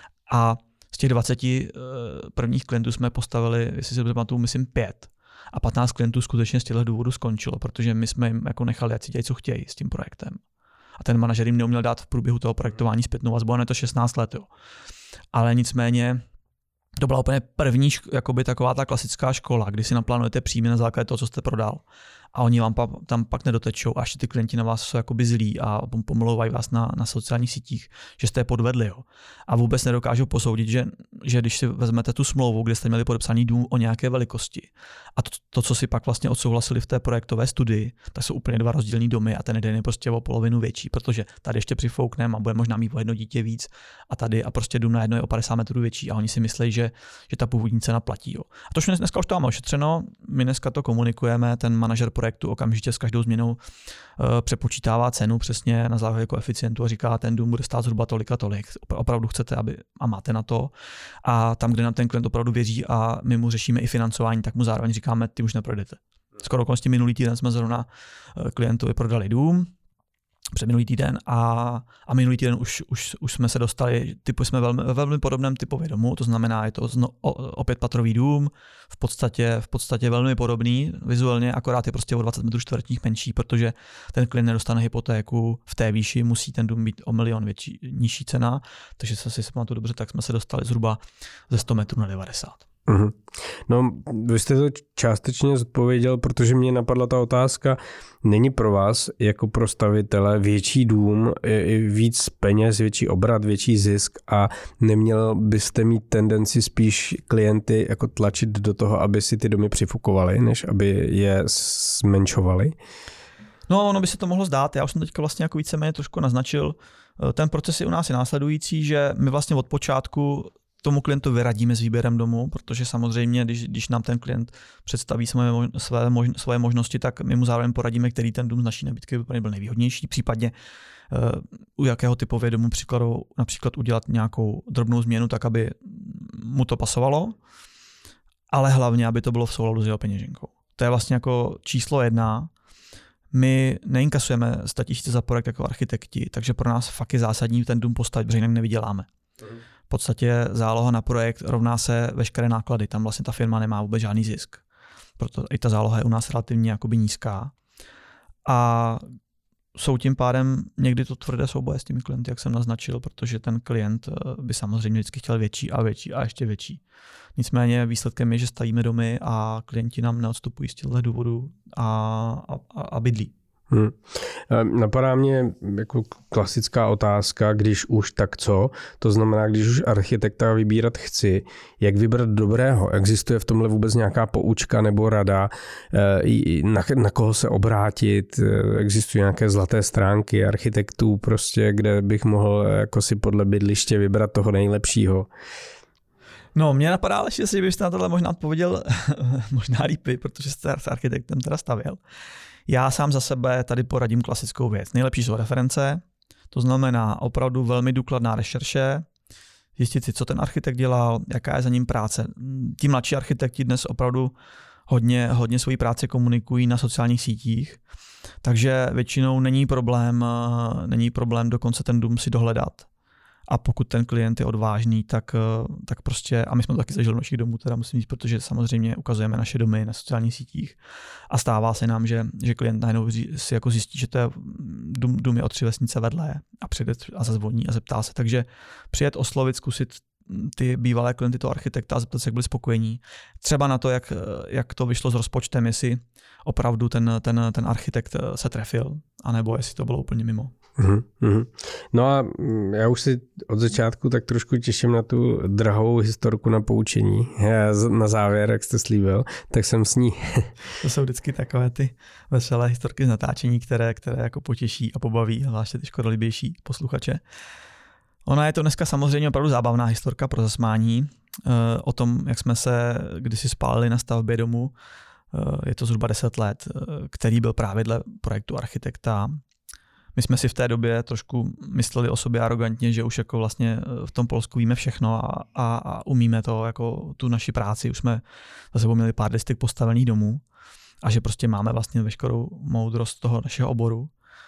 A z těch dvaceti prvních klientů jsme postavili, jestli si pamatuju, myslím pět. A patnáct klientů skutečně z těchto důvodů skončilo, protože my jsme jim jako nechali, ať si dělají, co chtějí s tím projektem. A ten manažer jim neuměl dát v průběhu toho projektování zpětnou vazbu, a ne to šestnáct let. Jo. Ale nicméně to byla úplně první jakoby taková ta klasická škola, kdy si naplánujete příjmy na základě toho, co jste prodal. A oni vám pa, tam pak nedotečou a ještě ty klienti na vás jsou jakoby zlí a pomlouvají vás na, na sociálních sítích, že jste je podvedli. Jo. A vůbec nedokážou posoudit, že, že když si vezmete tu smlouvu, kde jste měli podepsaný dům o nějaké velikosti a to, to, co si pak vlastně odsouhlasili v té projektové studii, tak jsou úplně dva rozdílný domy a ten jeden je prostě o polovinu větší, protože tady ještě přifoukneme a bude možná mít o jedno dítě víc a tady a prostě dům na jedno je o padesát metrů větší a oni si myslí, že, že ta původní cena platí. Jo. A to už dneska už to máme ošetřeno, my dneska to komunikujeme, ten manažer projektu okamžitě s každou změnou uh, přepočítává cenu přesně na základě koeficientu a říká, ten dům bude stát zhruba tolik a tolik. Opravdu chcete, aby a máte na to. A tam, kde nám ten klient opravdu věří a my mu řešíme i financování, tak mu zároveň říkáme, ty už neprojdete. Skoro okolností minulý týden jsme zrovna klientovi prodali dům, před minulý týden a, a minulý týden už, už, už jsme se dostali, typu jsme velmi, ve velmi podobném typově domu, to znamená, je to zno, o, opět patrový dům, v podstatě, v podstatě velmi podobný vizuálně, akorát je prostě o dvacet metrů čtverečních menší, protože ten klient nedostane hypotéku v té výši, musí ten dům být o milion větší, nižší cena, takže se si pamatuju dobře, tak jsme se dostali zhruba ze sto metrů na devadesát. Mm-hmm. No, vy jste to částečně zodpověděl, protože mě napadla ta otázka, není pro vás jako pro stavitele větší dům, víc peněz, větší obrat, větší zisk a neměl byste mít tendenci spíš klienty jako tlačit do toho, aby si ty domy přifukovali, než aby je zmenšovali? No, ono by se to mohlo zdát, já už jsem teďka vlastně jako víceméně trošku naznačil. Ten proces je u nás je následující, že my vlastně od počátku tomu klientu vyradíme s výběrem domu, protože samozřejmě, když, když nám ten klient představí své, své, mož, své možnosti, tak my mu zároveň poradíme, který ten dům z naší nabídky by byl nejvýhodnější, případně uh, u jakého typově domu příkladu, například udělat nějakou drobnou změnu, tak aby mu to pasovalo, ale hlavně, aby to bylo v souladu s jeho peněženkou. To je vlastně jako číslo jedna. My neinkasujeme sto tisíc za projekt jako architekti, takže pro nás fakt je zásadní ten dům postavit, protože jinak nevyděláme. V podstatě záloha na projekt rovná se veškeré náklady. Tam vlastně ta firma nemá vůbec žádný zisk. Proto i ta záloha je u nás relativně jakoby nízká. A jsou tím pádem někdy to tvrdé souboje s těmi klienty, jak jsem naznačil, protože ten klient by samozřejmě vždycky chtěl větší a větší a ještě větší. Nicméně výsledkem je, že stavíme domy a klienti nám neodstupují z těchto důvodů a, a, a bydlí. Hmm. Napadá mě jako klasická otázka, když už, tak co? To znamená, když už architekta vybírat chci, jak vybrat dobrého? Existuje v tomhle vůbec nějaká poučka nebo rada? Na, na koho se obrátit? Existují nějaké zlaté stránky architektů, prostě, kde bych mohl jako si podle bydliště vybrat toho nejlepšího? No, mě napadá, ale že byste na tohle možná odpověděl možná líp, protože jste s architektem teda stavěl. Já sám za sebe tady poradím klasickou věc. Nejlepší jsou reference, to znamená opravdu velmi důkladná rešerše, zjistit si, co ten architekt dělal, jaká je za ním práce. Ti mladší architekti dnes opravdu hodně, hodně svoji práci komunikují na sociálních sítích, takže většinou není problém, není problém dokonce ten dům si dohledat. A pokud ten klient je odvážný, tak, tak prostě, a my jsme to taky zažili v našich domů, teda musím říct, protože samozřejmě ukazujeme naše domy na sociálních sítích a stává se nám, že, že klient najednou si jako zjistí, že to je dům, dům je o tři vesnice vedle a přijde a zazvoní a zeptá se. Takže přijet oslovit, zkusit ty bývalé klienty toho architekta a zeptat se, jak byli spokojení. Třeba na to, jak, jak to vyšlo s rozpočtem, jestli opravdu ten, ten, ten architekt se trefil, anebo jestli to bylo úplně mimo. Uhum. No a já už si od začátku tak trošku těším na tu drahou historku na poučení. Já na závěr, jak jste slíbil, tak jsem s ní. To jsou vždycky takové ty veselé historky z natáčení, které, které jako potěší a pobaví, zvláště ty škodolibější posluchače. Ona je to dneska samozřejmě opravdu zábavná historka pro zasmání o tom, jak jsme se kdysi spálili na stavbě domu. Je to zhruba deset let, který byl právě dle projektu architekta. My jsme si v té době trošku mysleli o sobě arrogantně, že už jako vlastně v tom Polsku víme všechno a, a, a umíme to, jako tu naši práci. Už jsme za sebou měli pár desítek postavených domů a že prostě máme vlastně veškerou moudrost toho našeho oboru.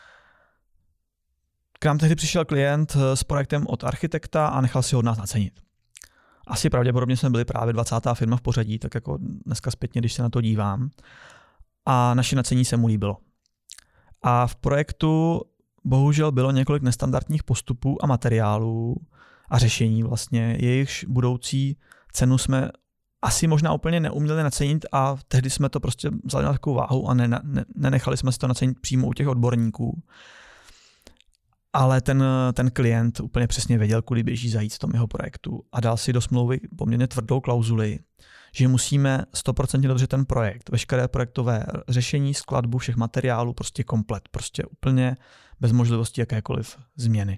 K nám tehdy přišel klient s projektem od architekta a nechal si ho od nás nacenit. Asi pravděpodobně jsme byli právě dvacátá firma v pořadí, tak jako dneska zpětně, když se na to dívám. A naše nacení se mu líbilo. A v projektu bohužel bylo několik nestandardních postupů a materiálů a řešení vlastně, jejichž budoucí cenu jsme asi možná úplně neuměli nacenit a tehdy jsme to prostě vzali na takovou váhu a ne, ne, nenechali jsme si to nacenit přímo u těch odborníků. Ale ten, ten klient úplně přesně věděl, kudy běží zajít v tom jeho projektu a dal si do smlouvy poměrně tvrdou klauzuli, že musíme sto procent dodržet ten projekt, veškeré projektové řešení, skladbu všech materiálů, prostě komplet, prostě úplně bez možnosti jakékoliv změny.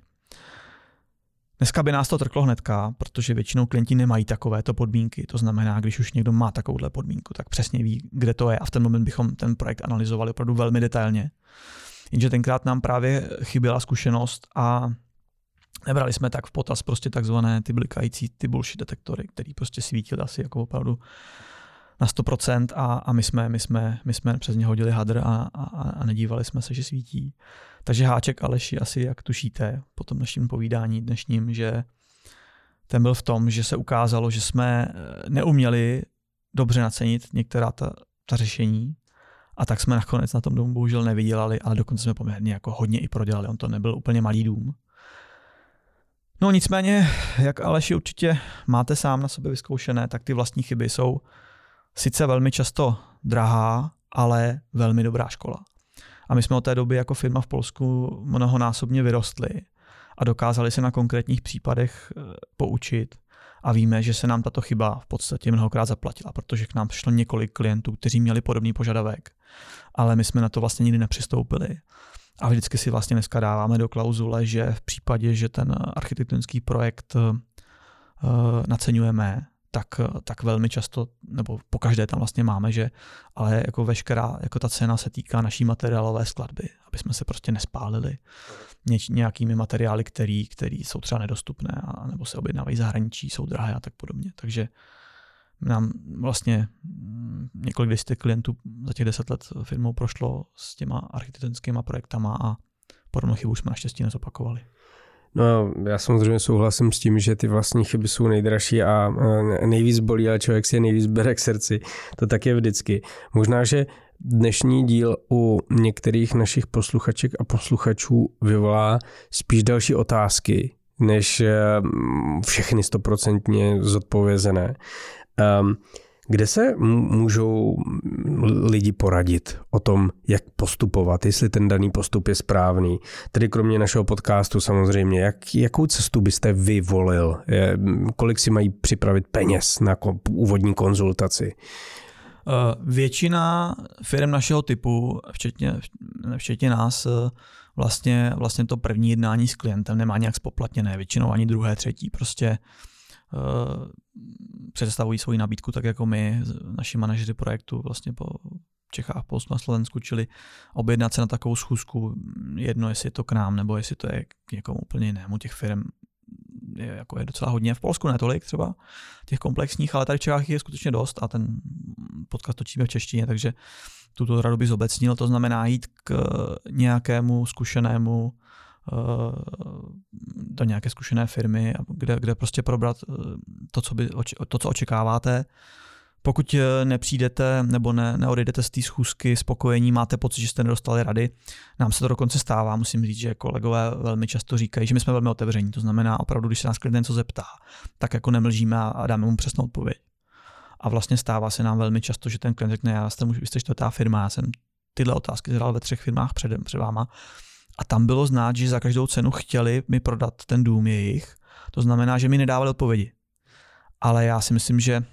Dneska by nás to trklo hnedka, protože většinou klienti nemají takovéto podmínky, to znamená, když už někdo má takovouhle podmínku, tak přesně ví, kde to je a v ten moment bychom ten projekt analyzovali opravdu velmi detailně. Jenže tenkrát nám právě chyběla zkušenost a nebrali jsme tak v potaz prostě takzvané ty blikající, ty bullshit detektory, který prostě svítily asi jako opravdu na sto procent a, a my, jsme, my, jsme, my jsme přes ně hodili hadr a, a, a nedívali jsme se, že svítí. Takže háček Aleši asi, jak tušíte po tom našem povídání dnešním, že ten byl v tom, že se ukázalo, že jsme neuměli dobře nacenit některá ta, ta řešení. A tak jsme nakonec na tom domu bohužel nevydělali, ale dokonce jsme poměrně jako hodně i prodělali. On to nebyl úplně malý dům. No nicméně, jak Aleši určitě máte sám na sobě vyzkoušené, tak ty vlastní chyby jsou sice velmi často drahá, ale velmi dobrá škola. A my jsme od té doby jako firma v Polsku mnohonásobně vyrostli a dokázali se na konkrétních případech poučit. A víme, že se nám tato chyba v podstatě mnohokrát zaplatila, protože k nám přišlo několik klientů, kteří měli podobný požadavek, ale my jsme na to vlastně nikdy nepřistoupili. A vždycky si vlastně dneska dáváme do klauzule, že v případě, že ten architektonický projekt uh, naceňujeme, tak, tak velmi často, nebo pokaždé tam vlastně máme, že ale jako veškerá, jako ta cena se týká naší materiálové skladby, aby jsme se prostě nespálili něč, nějakými materiály, který, který jsou třeba nedostupné, a, nebo se objednávají zahraničí, jsou drahé a tak podobně. Takže nám vlastně několik desítek klientů za těch deset let firmou prošlo s těma architektonickými projektama a podobnou chybu jsme naštěstí nezopakovali. No, já samozřejmě souhlasím s tím, že ty vlastní chyby jsou nejdražší a nejvíc bolí, ale člověk si je nejvíc bere k srdci. To tak je vždycky. Možná, že dnešní díl u některých našich posluchaček a posluchačů vyvolá spíš další otázky, než všechny stoprocentně zodpovězené. Um, Kde se můžou lidi poradit o tom, jak postupovat, jestli ten daný postup je správný? Tedy kromě našeho podcastu samozřejmě, jak, jakou cestu byste vy volil? Je, kolik si mají připravit peněz na úvodní konzultaci? Většina firm našeho typu, včetně, včetně nás, vlastně, vlastně to první jednání s klientem nemá nějak spoplatněné, většinou ani druhé, třetí. Prostě uh, představují svoji nabídku tak jako my, naši manažeři projektu vlastně po Čechách, Polsku a Slovensku, čili objednat se na takovou schůzku, jedno jestli je to k nám, nebo jestli to je k někomu úplně jinému. Těch firm je, jako je docela hodně. V Polsku ne tolik třeba, těch komplexních, ale tady v Čechách je skutečně dost a ten podcast točíme v češtině, takže tuto radu bych zobecnil. To znamená jít k nějakému zkušenému, do nějaké zkušené firmy, kde, kde prostě probrat to, co, by, to, co očekáváte. Pokud nepřijdete nebo ne, neodejdete z té schůzky spokojení, máte pocit, že jste nedostali rady, nám se to dokonce stává, musím říct, že kolegové velmi často říkají, že my jsme velmi otevření, to znamená opravdu, když se nás klient něco zeptá, tak jako nemlžíme a dáme mu přesnou odpověď. A vlastně stává se nám velmi často, že ten klient řekne, já jste, vy jste čtvrtá firma, já jsem tyhle otázky zadal ve třech firmách před, před váma. A tam bylo znát, že za každou cenu chtěli mi prodat ten dům jejich. To znamená, že mi nedávali odpovědi. Ale já si myslím, že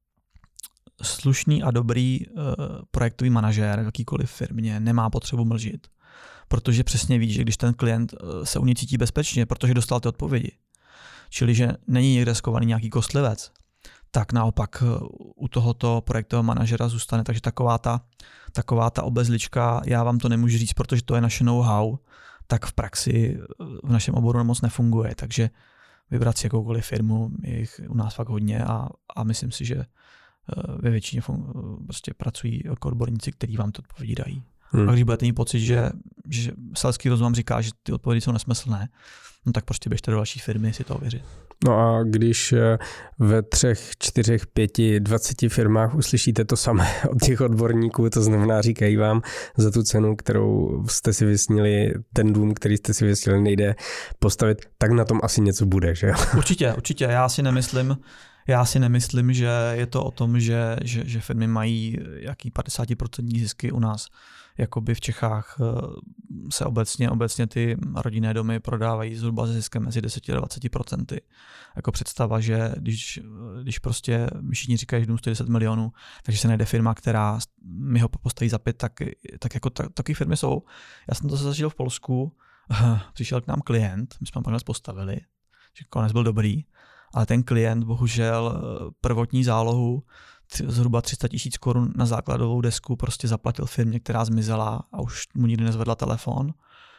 slušný a dobrý uh, projektový manažér v jakýkoliv firmě nemá potřebu mlžit. Protože přesně ví, že když ten klient uh, se u něj cítí bezpečně, protože dostal ty odpovědi, čili že není někde skovaný nějaký kostlivec, tak naopak u tohoto projektového manažera zůstane. Takže taková ta, taková ta obezlička, já vám to nemůžu říct, protože to je naše know-how, tak v praxi v našem oboru moc nefunguje. Takže vybrat si jakoukoliv firmu, je jich u nás fakt hodně a, a myslím si, že ve většině fun- prostě pracují jako odborníci, kteří vám to odpovědi dají. Hmm. A když budete mít pocit, že, že selský rozum vám říká, že ty odpovědi jsou nesmyslné, no tak prostě běžte do další firmy si to ověřit. No a když ve třech, čtyřech, pěti, dvaceti firmách uslyšíte to samé od těch odborníků, to znamená říkají vám za tu cenu, kterou jste si vysnili, ten dům, který jste si vysnili, nejde postavit, tak na tom asi něco bude, že jo? Určitě, určitě. Já si nemyslím, já si nemyslím, že je to o tom, že, že, že firmy mají jaký padesát procent zisky u nás. Jakoby v Čechách se obecně, obecně ty rodinné domy prodávají zhruba se ziskem mezi deset a dvacet procent. Jako představa, že když, když prostě všichni říkají, že dům stojí deset milionů, takže se najde firma, která mi ho postaví za pět, tak, tak jako tak, takové firmy jsou. Já jsem to zažil v Polsku, přišel k nám klient, my jsme pak postavili, že konec byl dobrý, ale ten klient bohužel prvotní zálohu zhruba tři sta tisíc korun na základovou desku prostě zaplatil firmě, která zmizela a už mu nikdy nezvedla telefon.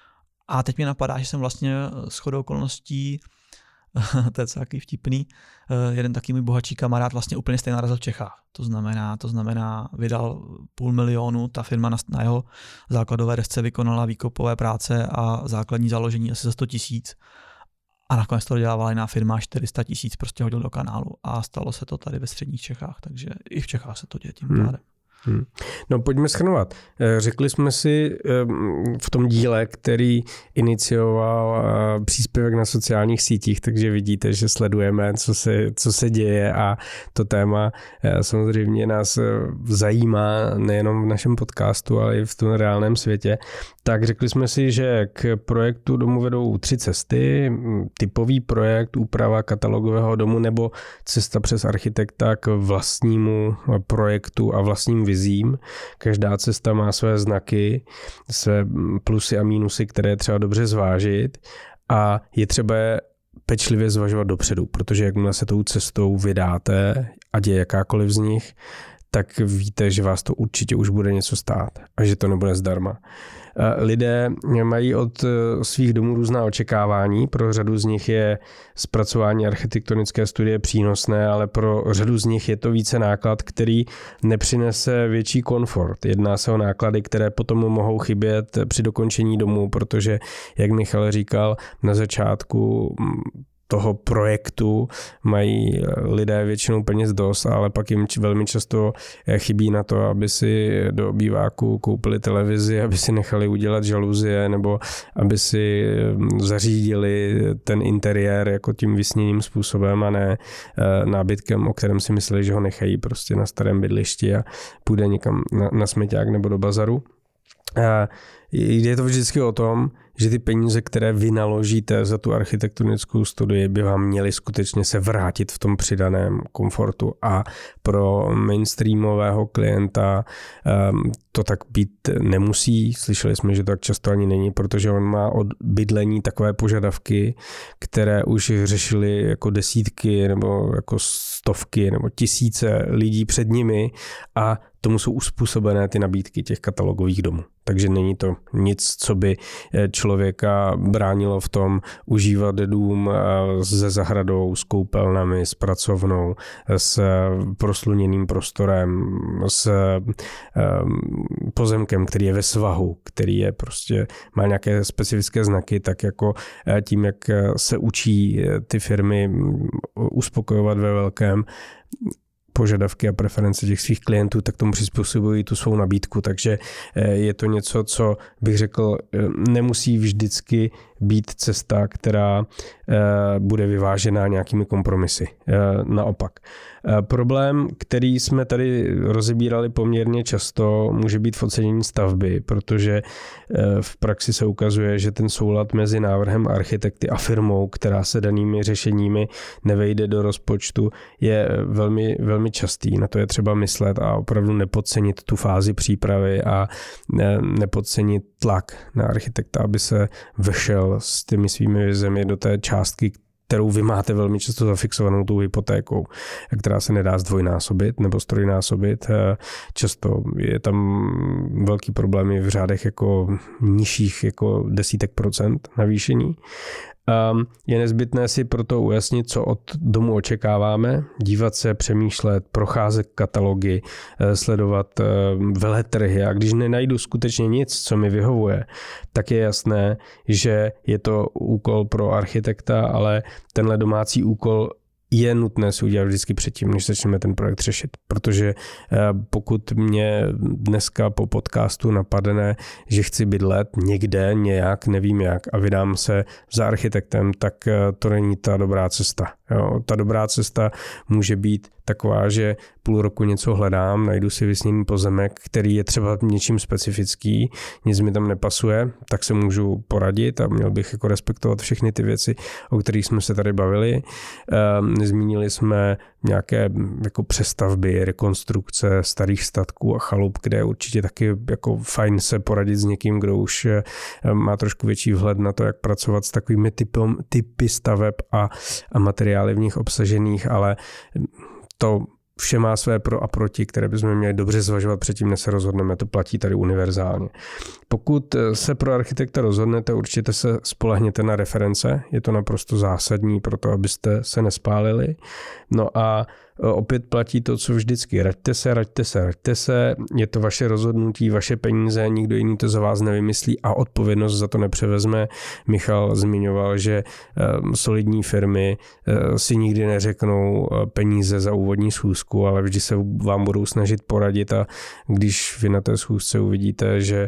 A teď mi napadá, že jsem vlastně shodou okolností, to je takový vtipný, jeden taky můj bohatší kamarád vlastně úplně stejně narazil v Čechách. To znamená, to znamená, vydal půl milionu, ta firma na, na jeho základové desce vykonala výkopové práce a základní založení asi za sto tisíc. A nakonec to dělávala jiná firma, čtyři sta tisíc prostě hodil do kanálu a stalo se to tady ve středních Čechách, takže i v Čechách se to děje tím pádem. Hmm. Hmm. No pojďme shrnovat. Řekli jsme si v tom díle, který inicioval příspěvek na sociálních sítích, takže vidíte, že sledujeme, co se, co se děje a to téma samozřejmě nás zajímá nejenom v našem podcastu, ale i v tom reálném světě. Tak řekli jsme si, že k projektu domu vedou tři cesty. Typový projekt, úprava katalogového domu nebo cesta přes architekta k vlastnímu projektu a vlastním vizím. Každá cesta má své znaky, své plusy a mínusy, které třeba dobře zvážit a je třeba je pečlivě zvažovat dopředu, protože jakmile se tou cestou vydáte, ať je jakákoliv z nich, tak víte, že vás to určitě už bude něco stát a že to nebude zdarma. Lidé mají od svých domů různá očekávání, pro řadu z nich je zpracování architektonické studie přínosné, ale pro řadu z nich je to více náklad, který nepřinese větší komfort. Jedná se o náklady, které potom mohou chybět při dokončení domu, protože, jak Michal říkal na začátku, toho projektu mají lidé většinou peněz dost, ale pak jim velmi často chybí na to, aby si do obýváku koupili televizi, aby si nechali udělat žaluzie nebo aby si zařídili ten interiér jako tím vysněným způsobem a ne nábytkem, o kterém si mysleli, že ho nechají prostě na starém bydlišti a půjde někam na, na smeťák nebo do bazaru. A jde to vždycky o tom, že ty peníze, které vynaložíte za tu architektonickou studii, by vám měly skutečně se vrátit v tom přidaném komfortu a pro mainstreamového klienta um, to tak být nemusí. Slyšeli jsme, že to tak často ani není, protože on má od bydlení takové požadavky, které už řešili jako desítky nebo jako stovky nebo tisíce lidí před nimi a tomu jsou uspůsobené ty nabídky těch katalogových domů. Takže není to nic, co by člověka bránilo v tom užívat dům se zahradou, s koupelnami, s pracovnou, s prosluněným prostorem, s pozemkem, který je ve svahu, který je prostě, má nějaké specifické znaky, tak jako tím, jak se učí ty firmy uspokojovat ve velkém požadavky a preference těch svých klientů, tak tomu přizpůsobují tu svou nabídku, takže je to něco, co bych řekl, nemusí vždycky být cesta, která bude vyvážená nějakými kompromisy. Naopak. Problém, který jsme tady rozebírali poměrně často, může být v ocenění stavby, protože v praxi se ukazuje, že ten soulad mezi návrhem architekty a firmou, která se danými řešeními nevejde do rozpočtu, je velmi, velmi častý. Na to je třeba myslet a opravdu nepodcenit tu fázi přípravy a nepodcenit tlak na architekta, aby se vešel s těmi svými vizemi do té částky, kterou vy máte velmi často zafixovanou tou hypotékou, která se nedá zdvojnásobit nebo strojnásobit. Často je tam velký problémy v řádech jako nižších jako desítek procent navýšení. Je nezbytné si proto ujasnit, co od domu očekáváme, dívat se, přemýšlet, procházet katalogy, sledovat veletrhy a když nenajdu skutečně nic, co mi vyhovuje, tak je jasné, že je to úkol pro architekta, ale tenhle domácí úkol je nutné si udělat vždycky předtím, než začneme ten projekt řešit. Protože pokud mě dneska po podcastu napadne, že chci bydlet někde, nějak, nevím jak a vydám se za architektem, tak to není ta dobrá cesta. Jo, ta dobrá cesta může být taková, že půl roku něco hledám, najdu si vysněný pozemek, který je třeba něčím specifický, nic mi tam nepasuje, tak se můžu poradit a měl bych jako respektovat všechny ty věci, o kterých jsme se tady bavili. Zmínili jsme nějaké jako přestavby, rekonstrukce starých statků a chalup, kde je určitě taky jako fajn se poradit s někým, kdo už má trošku větší vhled na to, jak pracovat s takovými typem, typy staveb a, a materiály v nich obsažených, ale to vše má své pro a proti, které bychom měli dobře zvažovat předtím, než se rozhodneme. To platí tady univerzálně. Pokud se pro architekta rozhodnete, určitě se spolehněte na reference. Je to naprosto zásadní pro to, abyste se nespálili. No a opět platí to, co vždycky. Raďte se, raďte se, raďte se. Je to vaše rozhodnutí, vaše peníze, nikdo jiný to za vás nevymyslí a odpovědnost za to nepřevezme. Michal zmiňoval, že solidní firmy si nikdy neřeknou peníze za úvodní schůzku, ale vždy se vám budou snažit poradit a když vy na té schůzce uvidíte, že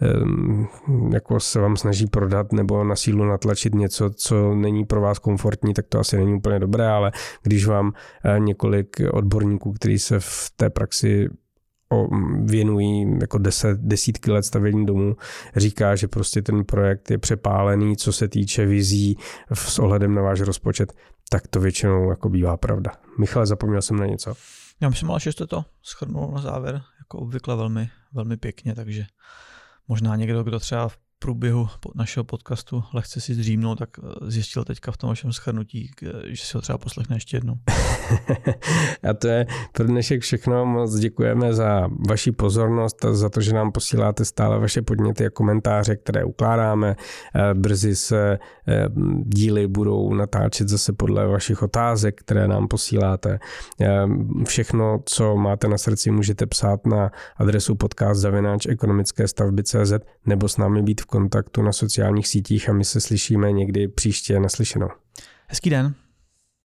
jako se vám snaží prodat nebo na sílu natlačit něco, co není pro vás komfortní, tak to asi není úplně dobré, ale když vám několik odborníků, kteří se v té praxi věnují jako deset, desítky let stavění domů, říká, že prostě ten projekt je přepálený, co se týče vizí s ohledem na váš rozpočet, tak to většinou jako bývá pravda. Michale, zapomněl jsem na něco. Já myslím, ale že jste to shrnul na závěr, jako obvykle velmi, velmi pěkně, takže možná někdo, kdo třeba v průběhu našeho podcastu lehce si zdřímnul, tak zjistil teďka v tom vašem shrnutí, že si ho třeba poslechne ještě jednou. A to je pro dnešek všechno. Moc děkujeme za vaši pozornost a za to, že nám posíláte stále vaše podněty a komentáře, které ukládáme. Brzy se díly budou natáčet zase podle vašich otázek, které nám posíláte. Všechno, co máte na srdci, můžete psát na adresu podcast zavináč ekonomické stavby tečka cé zet nebo s námi být v kontaktu na sociálních sítích a my se slyšíme někdy příště. Naslyšenou. Hezký den.